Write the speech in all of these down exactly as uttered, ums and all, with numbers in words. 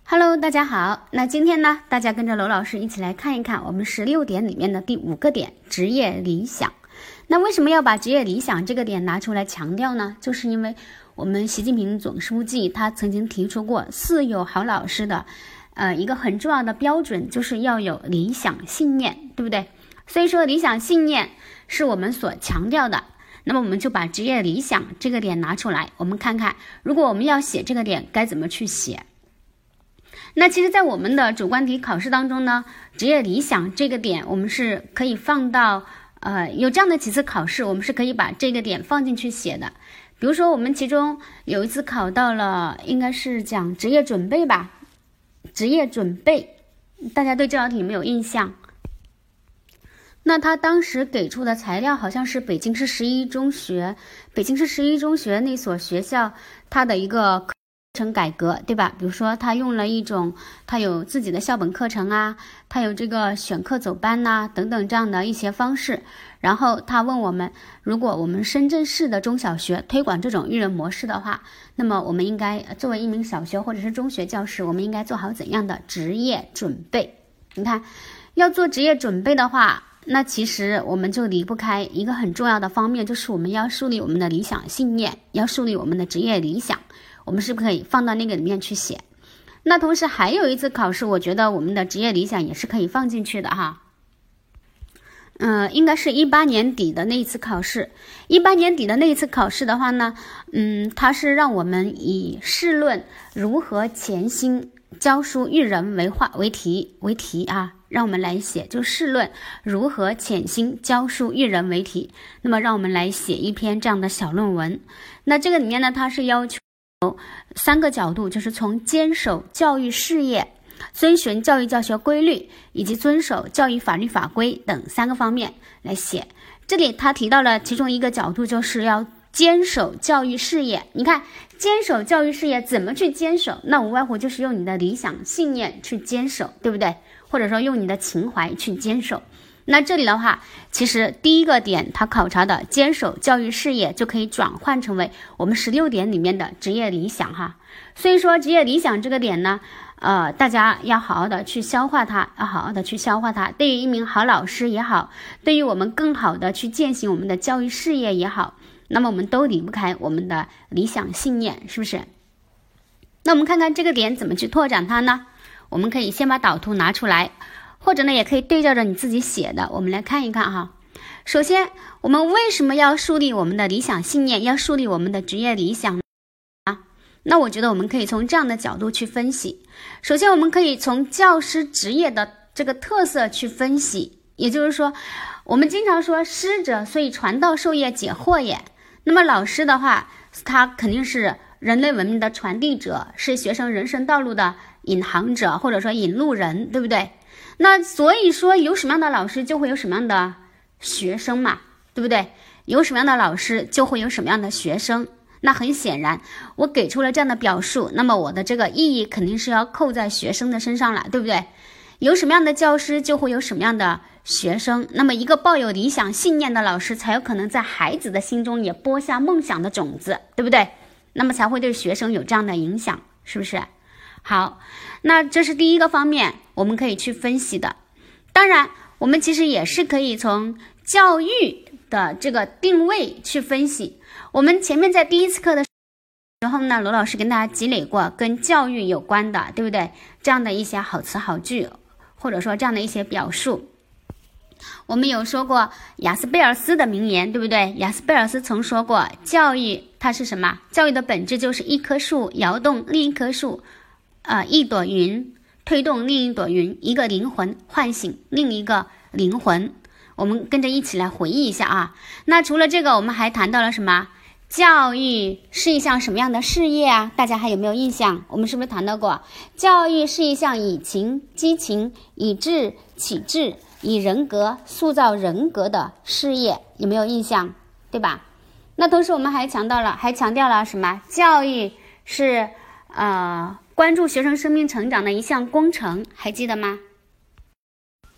Hello， 大家好。那今天呢，大家跟着娄老师一起来看一看我们十六点里面的第五个点，职业理想。那为什么要把职业理想这个点拿出来强调呢？就是因为我们习近平总书记他曾经提出过，饲有好老师的呃一个很重要的标准，就是要有理想信念，对不对？所以说理想信念是我们所强调的。那么我们就把职业理想这个点拿出来，我们看看，如果我们要写这个点，该怎么去写。那其实在我们的主观题考试当中呢，职业理想这个点我们是可以放到呃有这样的几次考试，我们是可以把这个点放进去写的。比如说我们其中有一次考到了，应该是讲职业准备吧，职业准备，大家对这道题有没有印象？那他当时给出的材料好像是北京市十一中学，北京市十一中学那所学校它的一个课程改革，对吧？比如说他用了一种，他有自己的校本课程啊，他有这个选课走班呐、啊、等等这样的一些方式。然后他问我们，如果我们深圳市的中小学推广这种育人模式的话，那么我们应该作为一名小学或者是中学教师，我们应该做好怎样的职业准备？你看，要做职业准备的话，那其实我们就离不开一个很重要的方面，就是我们要树立我们的理想信念，要树立我们的职业理想。我们是不是可以放到那个里面去写？那同时还有一次考试，我觉得我们的职业理想也是可以放进去的哈。嗯、呃，应该是一八年底的那一次考试。一八年底的那一次考试的话呢，嗯，它是让我们以试论如何潜心教书育人为话为题为题啊，让我们来写，就试论如何潜心教书育人为题。那么让我们来写一篇这样的小论文。那这个里面呢，它是要求三个角度，就是从坚守教育事业、遵循教育教学规律以及遵守教育法律法规等三个方面来写。这里他提到了其中一个角度，就是要坚守教育事业。你看，坚守教育事业怎么去坚守？那无外乎就是用你的理想信念去坚守，对不对？或者说用你的情怀去坚守。那这里的话，其实第一个点他考察的坚守教育事业就可以转换成为我们十六点里面的职业理想哈。所以说职业理想这个点呢，呃，大家要好好的去消化它，要好好的去消化它。对于一名好老师也好，对于我们更好的去践行我们的教育事业也好，那么我们都离不开我们的理想信念，是不是？那我们看看这个点怎么去拓展它呢？我们可以先把导图拿出来，或者呢也可以对照着你自己写的，我们来看一看哈。首先，我们为什么要树立我们的理想信念，要树立我们的职业理想啊？那我觉得我们可以从这样的角度去分析。首先，我们可以从教师职业的这个特色去分析，也就是说，我们经常说师者，所以传道授业解惑也。那么老师的话，他肯定是人类文明的传递者，是学生人生道路的引航者，或者说引路人，对不对？那所以说有什么样的老师就会有什么样的学生嘛，对不对？有什么样的老师就会有什么样的学生。那很显然我给出了这样的表述，那么我的这个意义肯定是要扣在学生的身上了，对不对？有什么样的教师就会有什么样的学生，那么一个抱有理想信念的老师才有可能在孩子的心中也播下梦想的种子，对不对？那么才会对学生有这样的影响，是不是？好，那这是第一个方面我们可以去分析的。当然我们其实也是可以从教育的这个定位去分析。我们前面在第一次课的时候呢，罗老师跟大家积累过跟教育有关的，对不对？这样的一些好词好句，或者说这样的一些表述。我们有说过雅斯贝尔斯的名言，对不对？雅斯贝尔斯曾说过，教育它是什么？教育的本质就是一棵树摇动另一棵树，呃，一朵云推动另一朵云，一个灵魂唤醒另一个灵魂。我们跟着一起来回忆一下啊。那除了这个，我们还谈到了什么？教育是一项什么样的事业啊？大家还有没有印象？我们是不是谈到过，教育是一项以情激情，以智启智，以人格塑造人格的事业，有没有印象？对吧？那同时我们还强调了，还强调了什么？教育是呃关注学生生命成长的一项工程，还记得吗？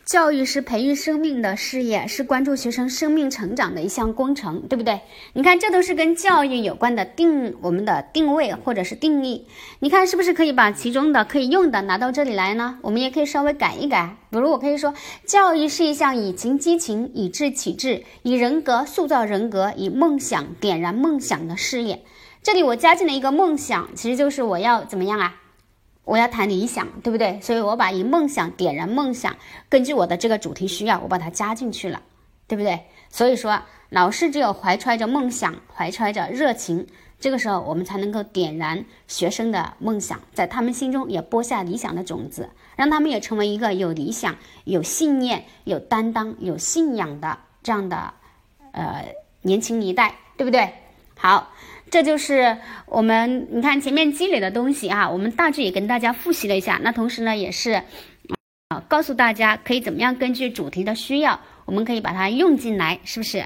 教育是培育生命的事业，是关注学生生命成长的一项工程，对不对？你看，这都是跟教育有关的定我们的定位或者是定义。你看是不是可以把其中的可以用的拿到这里来呢？我们也可以稍微改一改，比如我可以说，教育是一项以情激情、以智启智、以人格塑造人格、以梦想点燃梦想的事业。这里我加进了一个梦想，其实就是我要怎么样啊？我要谈理想，对不对？所以我把以梦想点燃梦想，根据我的这个主题需要，我把它加进去了，对不对？所以说，老师只有怀揣着梦想，怀揣着热情，这个时候我们才能够点燃学生的梦想，在他们心中也播下理想的种子，让他们也成为一个有理想、有信念、有担当、有信仰的这样的呃年轻一代，对不对？好，这就是我们你看前面积累的东西啊，我们大致也跟大家复习了一下。那同时呢，也是呃告诉大家可以怎么样根据主题的需要，我们可以把它用进来，是不是？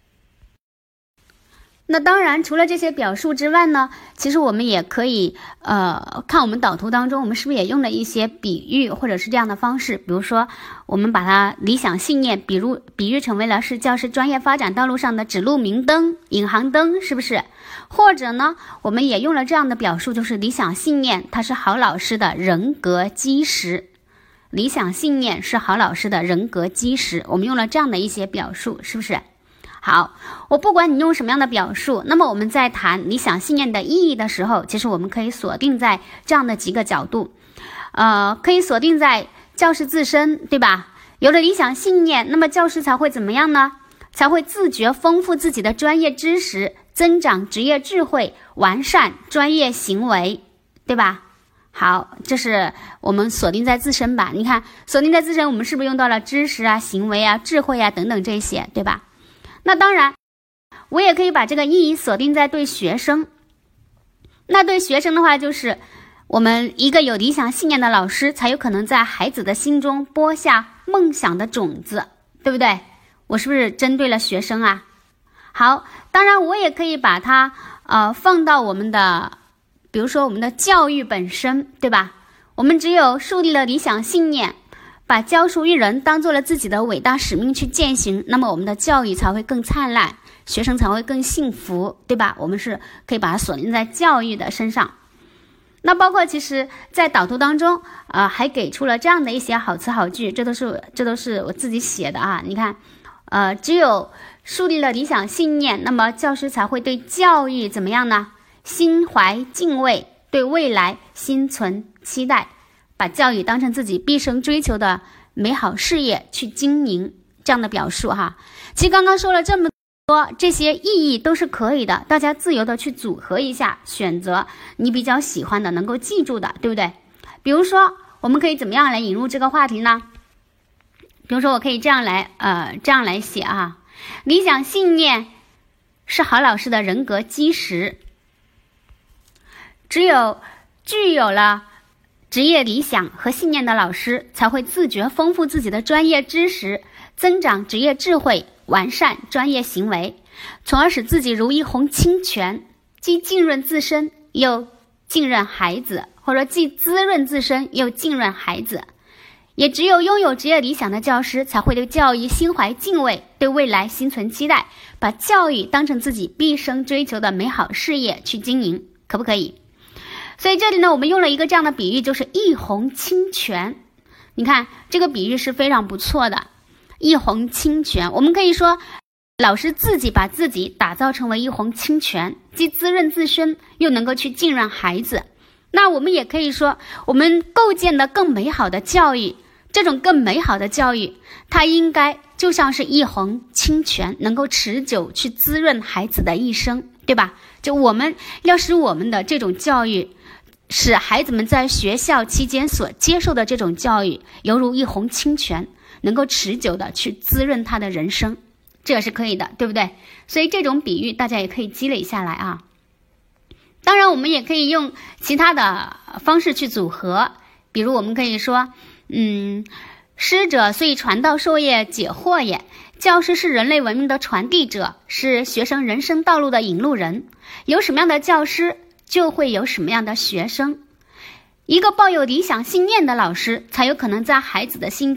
那当然，除了这些表述之外呢，其实我们也可以呃看我们导图当中，我们是不是也用了一些比喻或者是这样的方式？比如说，我们把它理想信念，比如比喻成为了是教师专业发展道路上的指路明灯、引航灯，是不是？或者呢，我们也用了这样的表述，就是理想信念，它是好老师的人格基石。理想信念是好老师的人格基石，我们用了这样的一些表述，是不是？好，我不管你用什么样的表述，那么我们在谈理想信念的意义的时候，其实我们可以锁定在这样的几个角度，呃，可以锁定在教师自身，对吧？有了理想信念，那么教师才会怎么样呢？才会自觉丰富自己的专业知识，增长职业智慧，完善专业行为，对吧？好，这是我们锁定在自身吧。你看，锁定在自身，我们是不是用到了知识啊、行为啊、智慧啊等等这些，对吧？那当然，我也可以把这个意义锁定在对学生。那对学生的话，就是我们一个有理想信念的老师，才有可能在孩子的心中播下梦想的种子，对不对？我是不是针对了学生啊？好，当然我也可以把它呃放到我们的，比如说我们的教育本身，对吧？我们只有树立了理想信念，把教书育人当做了自己的伟大使命去践行，那么我们的教育才会更灿烂，学生才会更幸福，对吧？我们是可以把它锁定在教育的身上。那包括其实在导图当中呃，还给出了这样的一些好词好句，这都是这都是我自己写的啊。你看呃，只有树立了理想信念，那么教师才会对教育怎么样呢？心怀敬畏，对未来心存期待，把教育当成自己毕生追求的美好事业去经营，这样的表述哈。其实刚刚说了这么多，这些意义都是可以的，大家自由的去组合一下，选择你比较喜欢的，能够记住的，对不对？比如说我们可以怎么样来引入这个话题呢？比如说我可以这样来呃这样来写啊，理想信念是好老师的人格基石，只有具有了职业理想和信念的老师，才会自觉丰富自己的专业知识，增长职业智慧，完善专业行为，从而使自己如一泓清泉，既浸润自身又浸润孩子，或者既滋润自身又浸润孩子。也只有拥有职业理想的教师，才会对教育心怀敬畏，对未来心存期待，把教育当成自己毕生追求的美好事业去经营，可不可以？所以这里呢，我们用了一个这样的比喻，就是一泓清泉。你看这个比喻是非常不错的，一泓清泉，我们可以说老师自己把自己打造成为一泓清泉，既滋润自身又能够去浸润孩子。那我们也可以说，我们构建的更美好的教育，这种更美好的教育，它应该就像是一泓清泉，能够持久去滋润孩子的一生，对吧？就我们要使我们的这种教育，使孩子们在学校期间所接受的这种教育犹如一泓清泉，能够持久的去滋润他的人生，这也是可以的，对不对？所以这种比喻大家也可以积累下来啊。当然我们也可以用其他的方式去组合，比如我们可以说嗯，师者虽传道授业解惑也，教师是人类文明的传递者，是学生人生道路的引路人，有什么样的教师就会有什么样的学生。一个抱有理想信念的老师，才有可能在孩子的心中播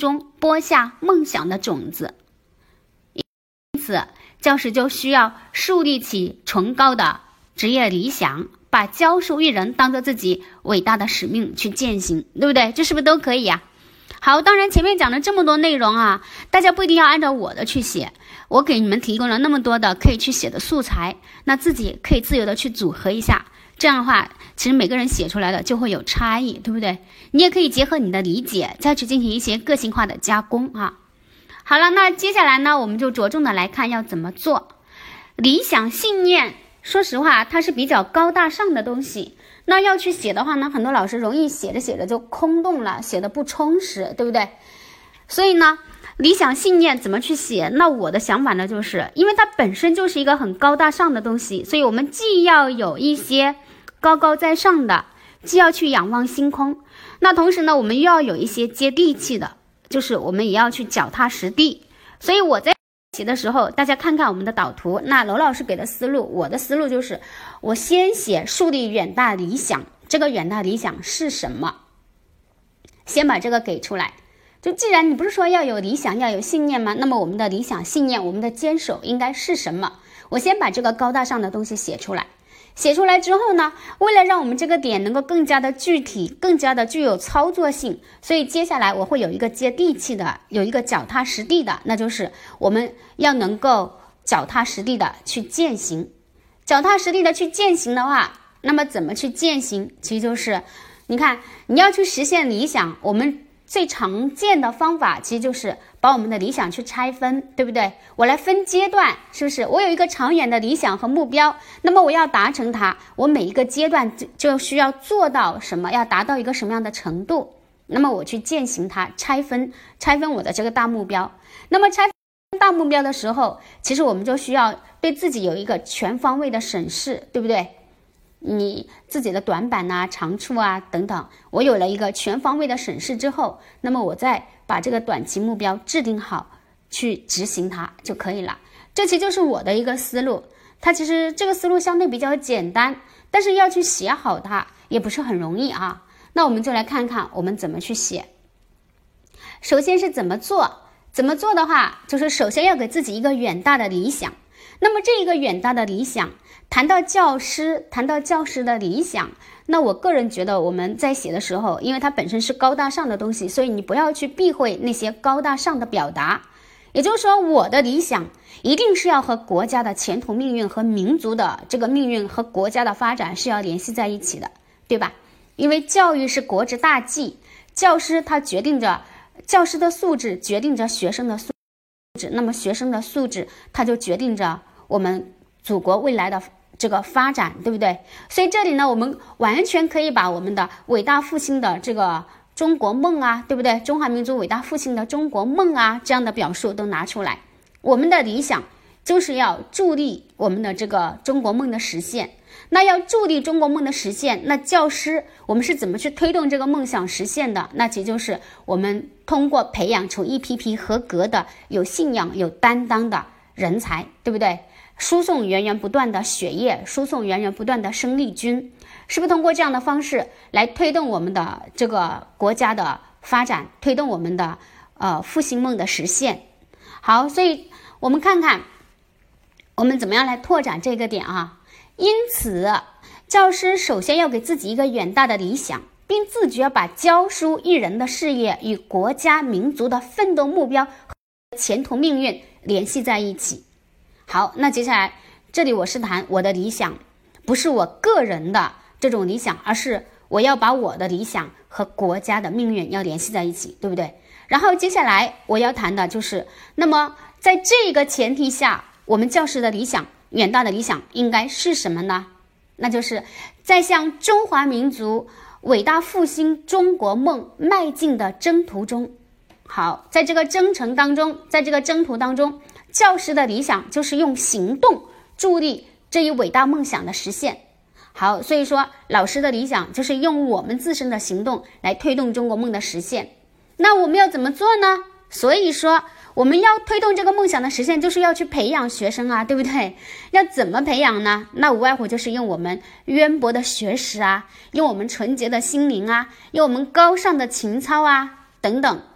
播下梦想的种子。因此，教师就需要树立起崇高的职业理想，把教书育人当做自己伟大的使命去践行，对不对？这是不是都可以呀？好，当然前面讲了这么多内容啊，大家不一定要按照我的去写，我给你们提供了那么多的可以去写的素材，那自己可以自由的去组合一下，这样的话其实每个人写出来的就会有差异，对不对？你也可以结合你的理解再去进行一些个性化的加工啊。好了，那接下来呢，我们就着重的来看要怎么做。理想信念，说实话它是比较高大上的东西，那要去写的话呢，很多老师容易写着写着就空洞了，写的不充实，对不对？所以呢，理想信念怎么去写？那我的想法呢，就是因为它本身就是一个很高大上的东西，所以我们既要有一些高高在上的，既要去仰望星空，那同时呢，我们又要有一些接地气的，就是我们也要去脚踏实地。所以我在写的时候，大家看看我们的导图，那娄老师给的思路，我的思路就是我先写树立远大理想，这个远大理想是什么，先把这个给出来。就既然你不是说要有理想要有信念吗？那么我们的理想信念，我们的坚守应该是什么？我先把这个高大上的东西写出来。写出来之后呢，为了让我们这个点能够更加的具体，更加的具有操作性，所以接下来我会有一个接地气的，有一个脚踏实地的，那就是我们要能够脚踏实地的去践行。脚踏实地的去践行的话，那么怎么去践行？其实就是你看，你要去实现理想，我们最常见的方法其实就是把我们的理想去拆分，对不对？我来分阶段，是不是？我有一个长远的理想和目标，那么我要达成它，我每一个阶段就需要做到什么，要达到一个什么样的程度，那么我去践行它，拆分拆分我的这个大目标。那么拆分大目标的时候，其实我们就需要对自己有一个全方位的审视，对不对？你自己的短板啊、长处啊等等，我有了一个全方位的审视之后，那么我再把这个短期目标制定好，去执行它就可以了。这其实就是我的一个思路，它其实这个思路相对比较简单，但是要去写好它也不是很容易啊。那我们就来看看我们怎么去写。首先是怎么做？怎么做的话，就是首先要给自己一个远大的理想。那么这一个远大的理想，谈到教师，谈到教师的理想，那我个人觉得我们在写的时候，因为它本身是高大上的东西，所以你不要去避讳那些高大上的表达。也就是说，我的理想一定是要和国家的前途命运和民族的这个命运和国家的发展是要联系在一起的，对吧？因为教育是国之大计，教师他决定着教师的素质，决定着学生的素质，那么学生的素质，它就决定着我们祖国未来的这个发展，对不对？所以这里呢，我们完全可以把我们的伟大复兴的这个中国梦啊，对不对？中华民族伟大复兴的中国梦啊，这样的表述都拿出来。我们的理想就是要助力我们的这个中国梦的实现。那要助力中国梦的实现，那教师我们是怎么去推动这个梦想实现的？那其实就是我们通过培养出一批批合格的、有信仰、有担当的人才，对不对？输送源源不断的血液，输送源源不断的生力军，是不是通过这样的方式来推动我们的这个国家的发展，推动我们的呃复兴梦的实现？好，所以我们看看我们怎么样来拓展这个点啊。因此，教师首先要给自己一个远大的理想，并自觉把教书育人的事业与国家民族的奋斗目标和前途命运联系在一起。好，那接下来这里我是谈我的理想，不是我个人的这种理想，而是我要把我的理想和国家的命运要联系在一起，对不对？然后接下来我要谈的就是，那么在这个前提下，我们教师的理想，远大的理想应该是什么呢？那就是在向中华民族伟大复兴中国梦迈进的征途中。好，在这个征程当中，在这个征途当中，教师的理想就是用行动助力这一伟大梦想的实现。好，所以说老师的理想就是用我们自身的行动来推动中国梦的实现。那我们要怎么做呢？所以说我们要推动这个梦想的实现，就是要去培养学生啊，对不对？要怎么培养呢？那无外乎就是用我们渊博的学识啊，用我们纯洁的心灵啊，用我们高尚的情操啊等等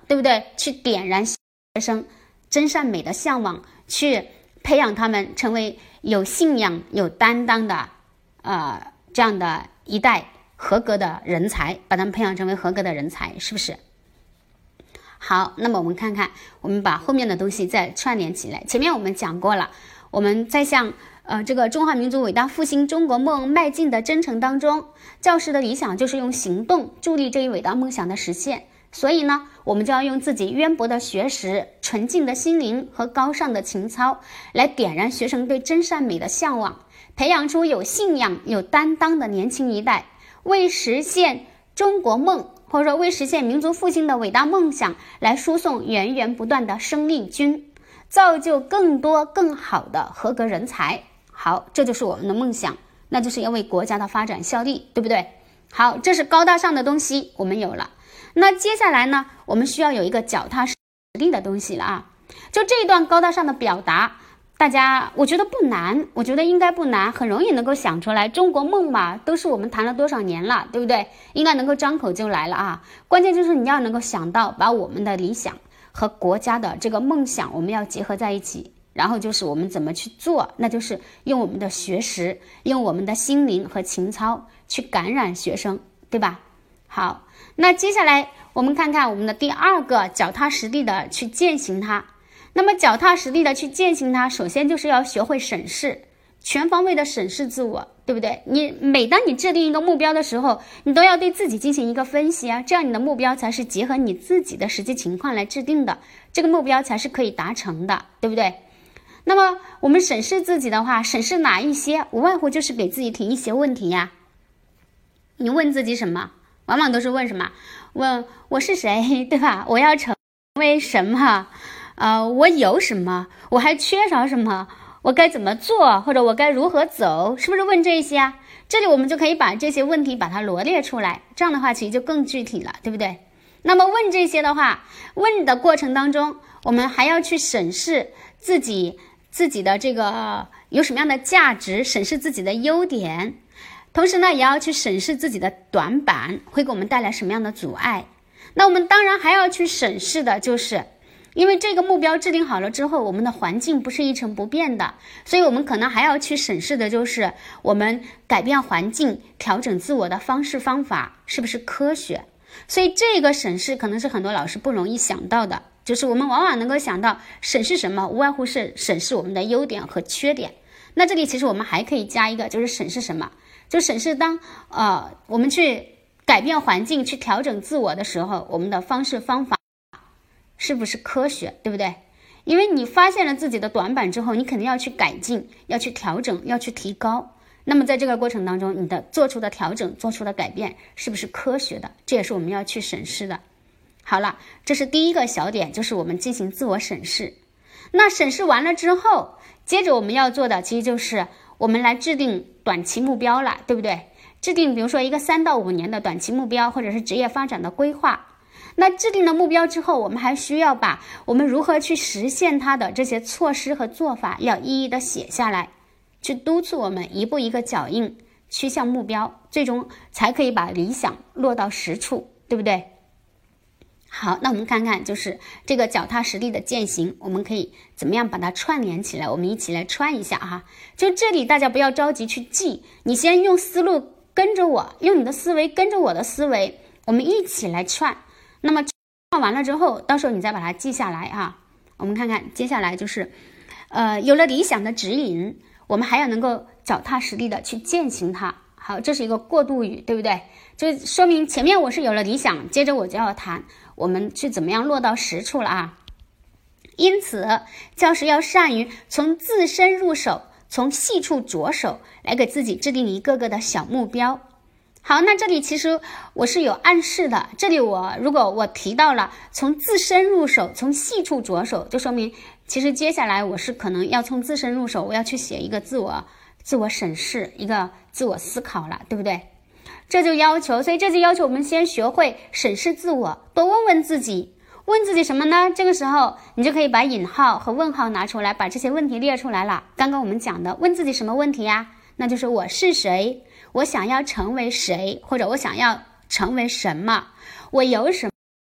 对不对？去点燃学生真善美的向往，去培养他们成为有信仰、有担当的呃这样的一代合格的人才，把他们培养成为合格的人才，是不是？好，那么我们看看，我们把后面的东西再串联起来。前面我们讲过了，我们在向呃这个中华民族伟大复兴中国梦迈进的征程当中，教师的理想就是用行动助力这一伟大梦想的实现。所以呢，我们就要用自己渊博的学识、纯净的心灵和高尚的情操，来点燃学生对真善美的向往，培养出有信仰、有担当的年轻一代，为实现中国梦，或者说为实现民族复兴的伟大梦想，来输送源源不断的生力军，造就更多更好的合格人才。好，这就是我们的梦想，那就是要为国家的发展效力，对不对？好，这是高大上的东西，我们有了。那接下来呢，我们需要有一个脚踏实地的东西了啊。就这一段高大上的表达，大家我觉得不难，我觉得应该不难，很容易能够想出来。中国梦嘛，都是我们谈了多少年了，对不对？应该能够张口就来了啊。关键就是你要能够想到，把我们的理想和国家的这个梦想，我们要结合在一起。然后就是我们怎么去做，那就是用我们的学识，用我们的心灵和情操去感染学生，对吧？好，那接下来我们看看我们的第二个，脚踏实地的去践行它。那么脚踏实地的去践行它，首先就是要学会审视，全方位的审视自我，对不对？你每当你制定一个目标的时候，你都要对自己进行一个分析啊，这样你的目标才是结合你自己的实际情况来制定的，这个目标才是可以达成的，对不对？那么我们审视自己的话，审视哪一些？无外乎就是给自己提一些问题呀。你问自己什么？往往都是问什么？问我是谁，对吧？我要成为什么？呃，我有什么？我还缺少什么？我该怎么做？或者我该如何走？是不是问这些啊？这里我们就可以把这些问题把它罗列出来，这样的话其实就更具体了，对不对？那么问这些的话，问的过程当中，我们还要去审视自己自己的这个有什么样的价值，审视自己的优点。同时呢，也要去审视自己的短板，会给我们带来什么样的阻碍。那我们当然还要去审视的就是，因为这个目标制定好了之后，我们的环境不是一成不变的，所以我们可能还要去审视的就是我们改变环境、调整自我的方式方法是不是科学。所以这个审视可能是很多老师不容易想到的，就是我们往往能够想到审视什么，无外乎是审视我们的优点和缺点。那这里其实我们还可以加一个，就是审视什么？就审视当呃我们去改变环境、去调整自我的时候，我们的方式方法是不是科学，对不对？因为你发现了自己的短板之后，你肯定要去改进，要去调整，要去提高。那么在这个过程当中，你的做出的调整、做出的改变是不是科学的？这也是我们要去审视的。好了，这是第一个小点，就是我们进行自我审视。那审视完了之后，接着我们要做的其实就是我们来制定短期目标了，对不对？制定比如说一个三到五年的短期目标，或者是职业发展的规划。那制定了目标之后，我们还需要把我们如何去实现它的这些措施和做法要一一的写下来，去督促我们一步一个脚印趋向目标，最终才可以把理想落到实处，对不对？好，那我们看看就是这个脚踏实地的践行，我们可以怎么样把它串联起来，我们一起来串一下哈。就这里大家不要着急去记，你先用思路跟着我，用你的思维跟着我的思维，我们一起来串。那么串完了之后，到时候你再把它记下来哈。我们看看接下来就是呃，有了理想的指引，我们还要能够脚踏实地的去践行它。好，这是一个过渡语，对不对？就说明前面我是有了理想，接着我就要谈我们去怎么样落到实处了啊。因此教师要善于从自身入手，从细处着手，来给自己制定一个个的小目标。好，那这里其实我是有暗示的，这里我如果我提到了从自身入手，从细处着手，就说明其实接下来我是可能要从自身入手，我要去写一个自我自我审视，一个自我思考了，对不对？这就要求，所以这就要求我们先学会审视自我，多问问自己，问自己什么呢？这个时候你就可以把引号和问号拿出来，把这些问题列出来了。刚刚我们讲的问自己什么问题呀？那就是我是谁，我想要成为谁，或者我想要成为什么，我有什么，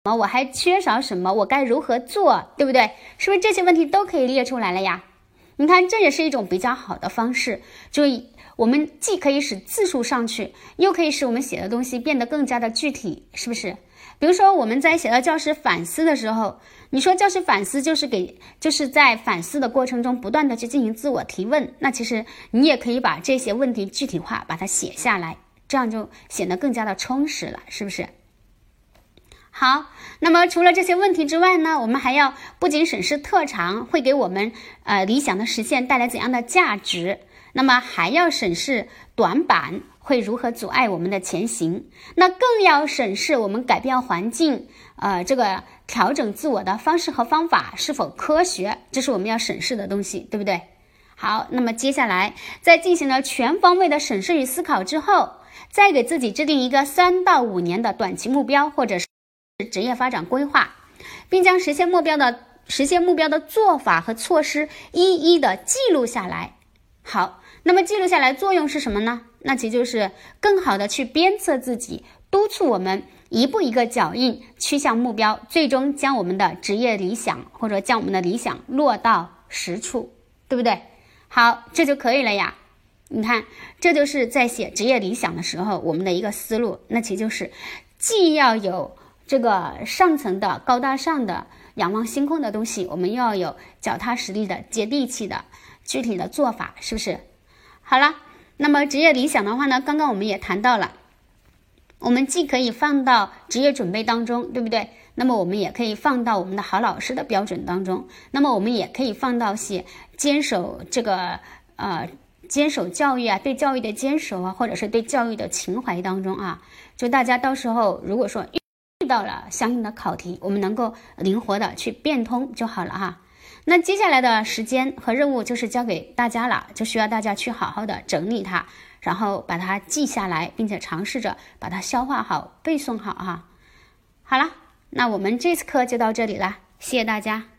我还缺少什么，我该如何做，对不对？是不是这些问题都可以列出来了呀？你看，这也是一种比较好的方式，就我们既可以使字数上去，又可以使我们写的东西变得更加的具体，是不是？比如说我们在写到教师反思的时候，你说教师反思就是给就是在反思的过程中不断的去进行自我提问，那其实你也可以把这些问题具体化，把它写下来，这样就显得更加的充实了，是不是？好，那么除了这些问题之外呢，我们还要不仅审视特长会给我们呃理想的实现带来怎样的价值，那么还要审视短板会如何阻碍我们的前行，那更要审视我们改变环境呃这个调整自我的方式和方法是否科学，这是我们要审视的东西，对不对？好，那么接下来在进行了全方位的审视与思考之后，再给自己制定一个三到五年的短期目标或者是职业发展规划，并将实现目标的实现目标的做法和措施一一的记录下来。好，那么记录下来作用是什么呢？那其实就是更好的去鞭策自己，督促我们一步一个脚印趋向目标，最终将我们的职业理想或者将我们的理想落到实处，对不对？好，这就可以了呀。你看，这就是在写职业理想的时候我们的一个思路，那其实就是既要有这个上层的高大上的仰望星空的东西，我们又要有脚踏实地的接地气的具体的做法，是不是？好了，那么职业理想的话呢，刚刚我们也谈到了，我们既可以放到职业准备当中，对不对？那么我们也可以放到我们的好老师的标准当中，那么我们也可以放到写坚守这个呃坚守教育啊，对教育的坚守啊，或者是对教育的情怀当中啊，就大家到时候如果说遇到了相应的考题，我们能够灵活的去变通就好了哈。那接下来的时间和任务就是交给大家了，就需要大家去好好的整理它，然后把它记下来，并且尝试着把它消化好、背诵好哈。好了，那我们这次课就到这里了，谢谢大家。